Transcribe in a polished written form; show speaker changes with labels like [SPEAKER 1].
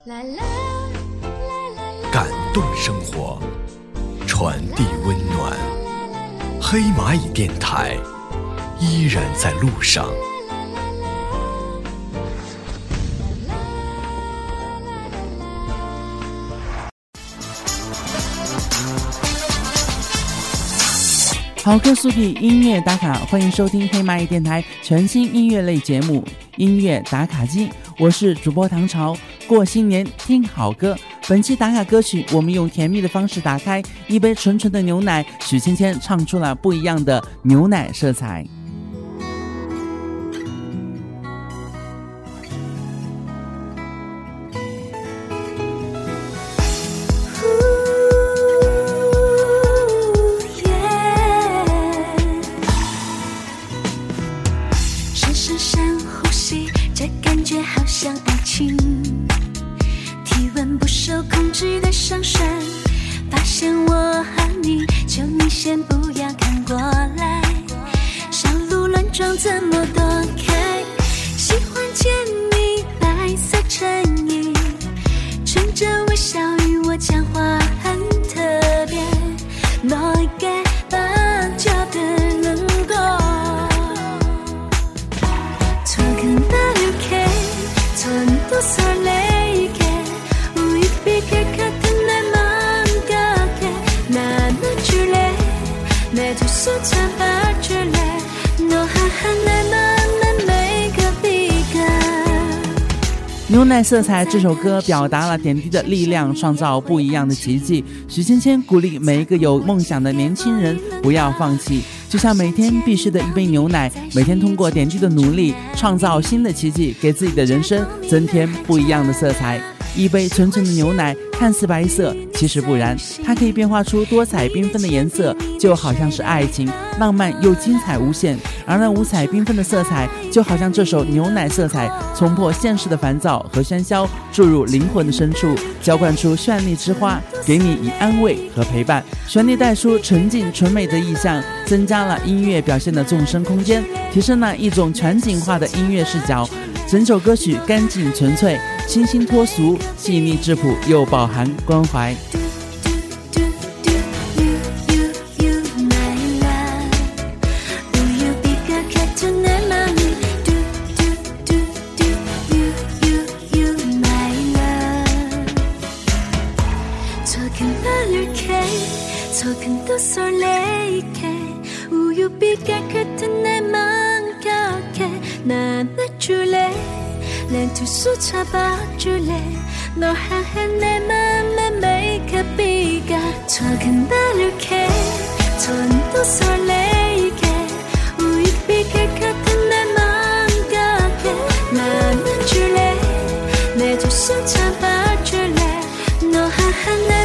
[SPEAKER 1] 感动生活，传递温暖。黑蚂蚁电台依然在路上。
[SPEAKER 2] 好歌速递音乐打卡，欢迎收听黑蚂蚁电台全新音乐类节目音乐打卡机，我是主播唐朝。过新年听好歌，本期打卡歌曲，我们用甜蜜的方式打开一杯纯纯的牛奶，许芊芊唱出了不一样的牛奶色彩。牛奶色彩这首歌表达了点滴的力量，创造不一样的奇迹。许芊芊鼓励每一个有梦想的年轻人不要放弃，就像每天必须的一杯牛奶，每天通过点滴的努力创造新的奇迹，给自己的人生增添不一样的色彩。一杯纯纯的牛奶看似白色，其实不然，它可以变化出多彩缤纷的颜色，就好像是爱情，浪漫又精彩无限。而那五彩缤纷的色彩，就好像这首牛奶色彩，冲破现实的烦躁和喧嚣，注入灵魂的深处，浇灌出绚丽之花，给你以安慰和陪伴。旋律带出纯净纯美的意象，增加了音乐表现的纵深空间，提升了一种全景化的音乐视角。整首歌曲干净纯粹，清新脱俗，细腻质朴又饱含关怀。
[SPEAKER 3] 수차봐줄래 너 향한 내 맘에 메이크업비가 작은 바르게 전도 설레이게 우유빛깔 같은 내 맘 가게 나는 줄래 내 두 손 잡아줄래 너 향한 내